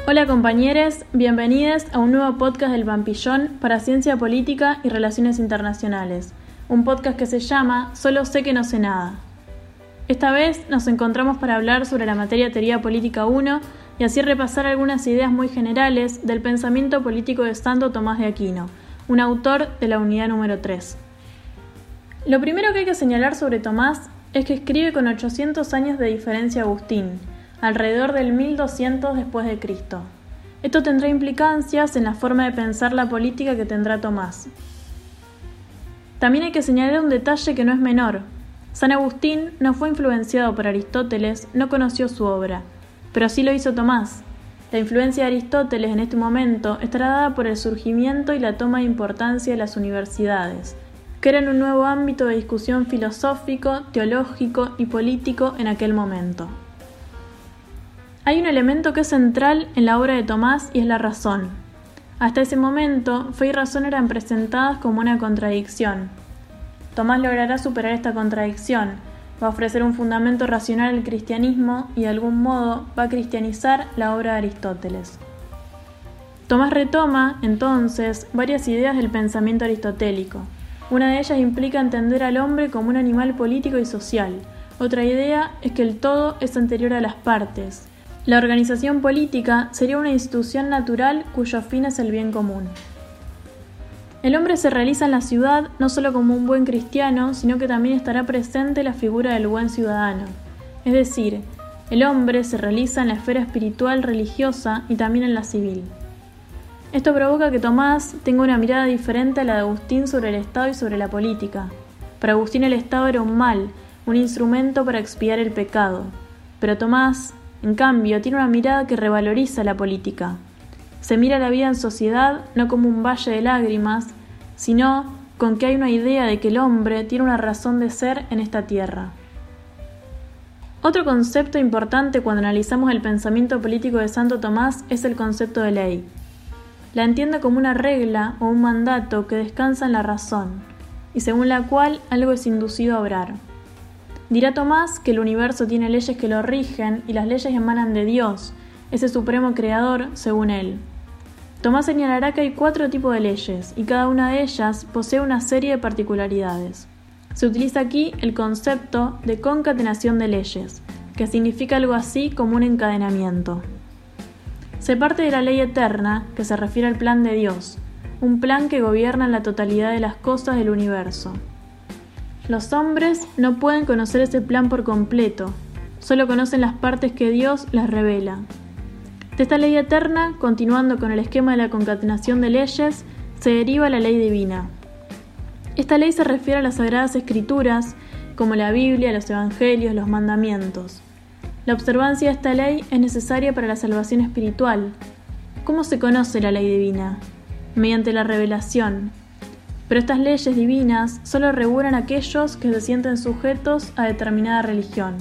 Hola compañeros, bienvenidos a un nuevo podcast del Pampillón para Ciencia Política y Relaciones Internacionales, un podcast que se llama Solo sé que no sé nada. Esta vez nos encontramos para hablar sobre la materia Teoría Política 1 y así repasar algunas ideas muy generales del pensamiento político de Santo Tomás de Aquino, un autor de la unidad número 3. Lo primero que hay que señalar sobre Tomás es que escribe con 800 años de diferencia a Agustín, alrededor del 1200 después de Cristo. Esto tendrá implicancias en la forma de pensar la política que tendrá Tomás. También hay que señalar un detalle que no es menor. San Agustín no fue influenciado por Aristóteles, no conoció su obra, pero sí lo hizo Tomás. La influencia de Aristóteles en este momento estará dada por el surgimiento y la toma de importancia de las universidades, que eran un nuevo ámbito de discusión filosófico, teológico y político en aquel momento. Hay un elemento que es central en la obra de Tomás y es la razón. Hasta ese momento, fe y razón eran presentadas como una contradicción. Tomás logrará superar esta contradicción, va a ofrecer un fundamento racional al cristianismo y de algún modo va a cristianizar la obra de Aristóteles. Tomás retoma, entonces, varias ideas del pensamiento aristotélico. Una de ellas implica entender al hombre como un animal político y social. Otra idea es que el todo es anterior a las partes. La organización política sería una institución natural cuyo fin es el bien común. El hombre se realiza en la ciudad no solo como un buen cristiano, sino que también estará presente la figura del buen ciudadano. Es decir, el hombre se realiza en la esfera espiritual religiosa y también en la civil. Esto provoca que Tomás tenga una mirada diferente a la de Agustín sobre el Estado y sobre la política. Para Agustín el Estado era un mal, un instrumento para expiar el pecado. Pero Tomás, en cambio, tiene una mirada que revaloriza la política. Se mira la vida en sociedad no como un valle de lágrimas, sino con que hay una idea de que el hombre tiene una razón de ser en esta tierra. Otro concepto importante cuando analizamos el pensamiento político de Santo Tomás es el concepto de ley. La entiende como una regla o un mandato que descansa en la razón, y según la cual algo es inducido a obrar. Dirá Tomás que el universo tiene leyes que lo rigen y las leyes emanan de Dios, ese supremo creador, según él. Tomás señalará que hay 4 tipos de leyes y cada una de ellas posee una serie de particularidades. Se utiliza aquí el concepto de concatenación de leyes, que significa algo así como un encadenamiento. Se parte de la ley eterna, que se refiere al plan de Dios, un plan que gobierna la totalidad de las cosas del universo. Los hombres no pueden conocer ese plan por completo, solo conocen las partes que Dios les revela. De esta ley eterna, continuando con el esquema de la concatenación de leyes, se deriva la ley divina. Esta ley se refiere a las Sagradas Escrituras, como la Biblia, los Evangelios, los mandamientos. La observancia de esta ley es necesaria para la salvación espiritual. ¿Cómo se conoce la ley divina? Mediante la revelación. Pero estas leyes divinas solo regulan a aquellos que se sienten sujetos a determinada religión.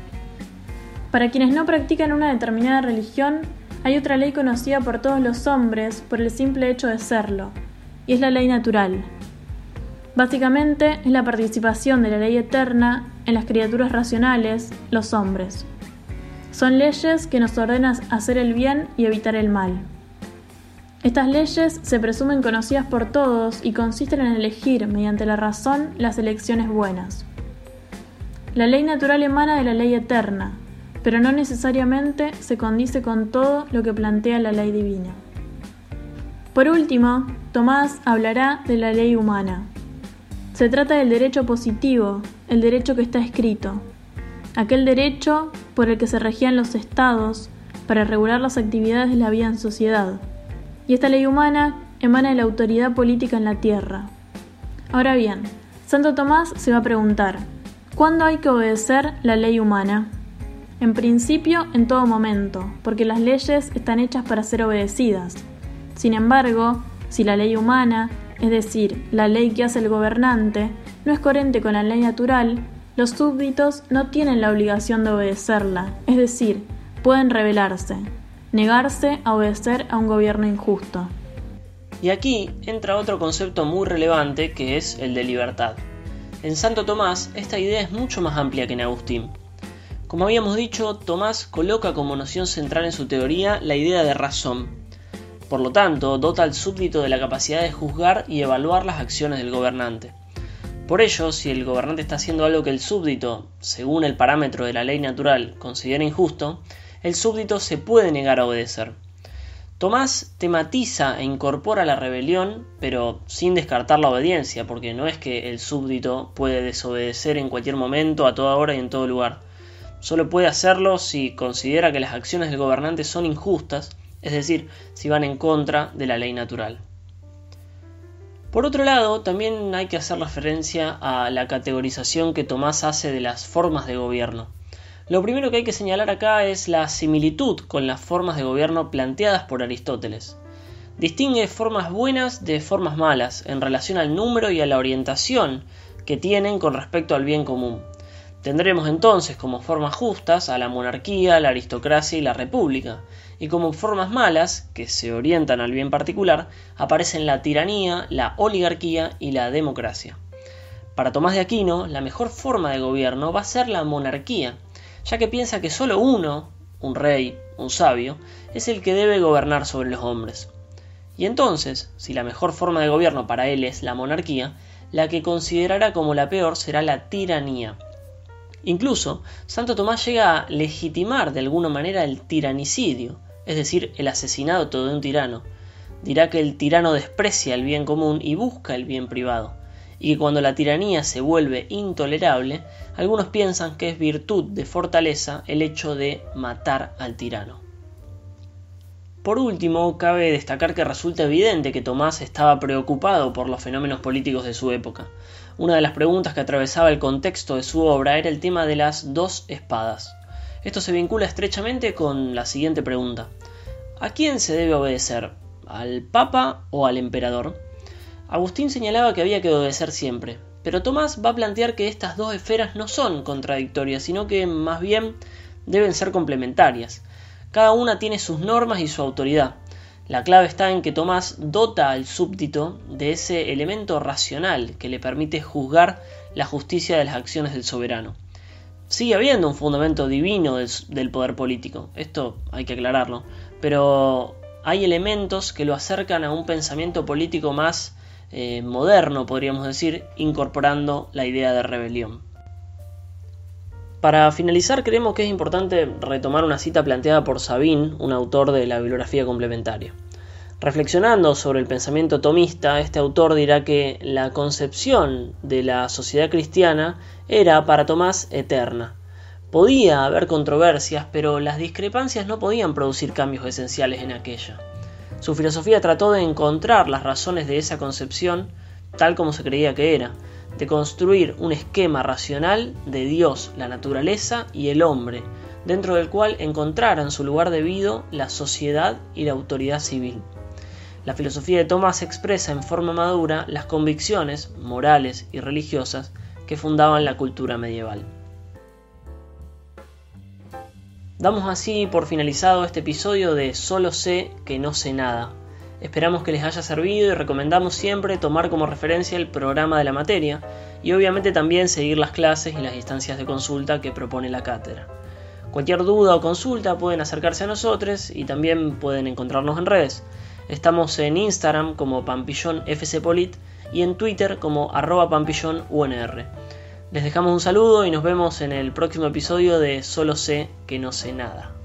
Para quienes no practican una determinada religión, hay otra ley conocida por todos los hombres por el simple hecho de serlo, y es la ley natural. Básicamente, es la participación de la ley eterna en las criaturas racionales, los hombres. Son leyes que nos ordenan hacer el bien y evitar el mal. Estas leyes se presumen conocidas por todos y consisten en elegir, mediante la razón, las elecciones buenas. La ley natural emana de la ley eterna, pero no necesariamente se condice con todo lo que plantea la ley divina. Por último, Tomás hablará de la ley humana. Se trata del derecho positivo, el derecho que está escrito, aquel derecho por el que se regían los estados para regular las actividades de la vida en sociedad. Y esta ley humana emana de la autoridad política en la tierra. Ahora bien, Santo Tomás se va a preguntar, ¿cuándo hay que obedecer la ley humana? En principio, en todo momento, porque las leyes están hechas para ser obedecidas. Sin embargo, si la ley humana, es decir, la ley que hace el gobernante, no es coherente con la ley natural, los súbditos no tienen la obligación de obedecerla, es decir, pueden rebelarse, negarse a obedecer a un gobierno injusto. Y aquí entra otro concepto muy relevante que es el de libertad. En Santo Tomás esta idea es mucho más amplia que en Agustín. Como habíamos dicho, Tomás coloca como noción central en su teoría la idea de razón. Por lo tanto, dota al súbdito de la capacidad de juzgar y evaluar las acciones del gobernante. Por ello, si el gobernante está haciendo algo que el súbdito, según el parámetro de la ley natural, considera injusto, el súbdito se puede negar a obedecer. Tomás tematiza e incorpora la rebelión, pero sin descartar la obediencia, porque no es que el súbdito puede desobedecer en cualquier momento, a toda hora y en todo lugar. Solo puede hacerlo si considera que las acciones del gobernante son injustas, es decir, si van en contra de la ley natural. Por otro lado, también hay que hacer referencia a la categorización que Tomás hace de las formas de gobierno. Lo primero que hay que señalar acá es la similitud con las formas de gobierno planteadas por Aristóteles. Distingue formas buenas de formas malas en relación al número y a la orientación que tienen con respecto al bien común. Tendremos entonces como formas justas a la monarquía, la aristocracia y la república, y como formas malas, que se orientan al bien particular, aparecen la tiranía, la oligarquía y la democracia. Para Tomás de Aquino, la mejor forma de gobierno va a ser la monarquía, ya que piensa que solo uno, un rey, un sabio, es el que debe gobernar sobre los hombres. Y entonces, si la mejor forma de gobierno para él es la monarquía, la que considerará como la peor será la tiranía. Incluso, Santo Tomás llega a legitimar de alguna manera el tiranicidio, es decir, el asesinato de un tirano. Dirá que el tirano desprecia el bien común y busca el bien privado, y que cuando la tiranía se vuelve intolerable, algunos piensan que es virtud de fortaleza el hecho de matar al tirano. Por último, cabe destacar que resulta evidente que Tomás estaba preocupado por los fenómenos políticos de su época. Una de las preguntas que atravesaba el contexto de su obra era el tema de las dos espadas. Esto se vincula estrechamente con la siguiente pregunta: ¿a quién se debe obedecer? ¿Al Papa o al Emperador? Agustín señalaba que había que obedecer siempre, pero Tomás va a plantear que estas dos esferas no son contradictorias, sino que más bien deben ser complementarias. Cada una tiene sus normas y su autoridad. La clave está en que Tomás dota al súbdito de ese elemento racional que le permite juzgar la justicia de las acciones del soberano. Sigue habiendo un fundamento divino del poder político, esto hay que aclararlo, pero hay elementos que lo acercan a un pensamiento político más moderno, podríamos decir, incorporando la idea de rebelión. Para finalizar, creemos que es importante retomar una cita planteada por Sabin, un autor de la bibliografía complementaria. Reflexionando sobre el pensamiento tomista, este autor dirá que la concepción de la sociedad cristiana era para Tomás eterna. Podía haber controversias, pero las discrepancias no podían producir cambios esenciales en aquella. Su filosofía trató de encontrar las razones de esa concepción tal como se creía que era, de construir un esquema racional de Dios, la naturaleza y el hombre, dentro del cual encontraran su lugar debido la sociedad y la autoridad civil. La filosofía de Tomás expresa en forma madura las convicciones morales y religiosas que fundaban la cultura medieval. Damos así por finalizado este episodio de Solo sé que no sé nada. Esperamos que les haya servido y recomendamos siempre tomar como referencia el programa de la materia y obviamente también seguir las clases y las instancias de consulta que propone la cátedra. Cualquier duda o consulta pueden acercarse a nosotros y también pueden encontrarnos en redes. Estamos en Instagram como pampillonfcpolit y en Twitter como @pampillonunr. Les dejamos un saludo y nos vemos en el próximo episodio de Solo sé que no sé nada.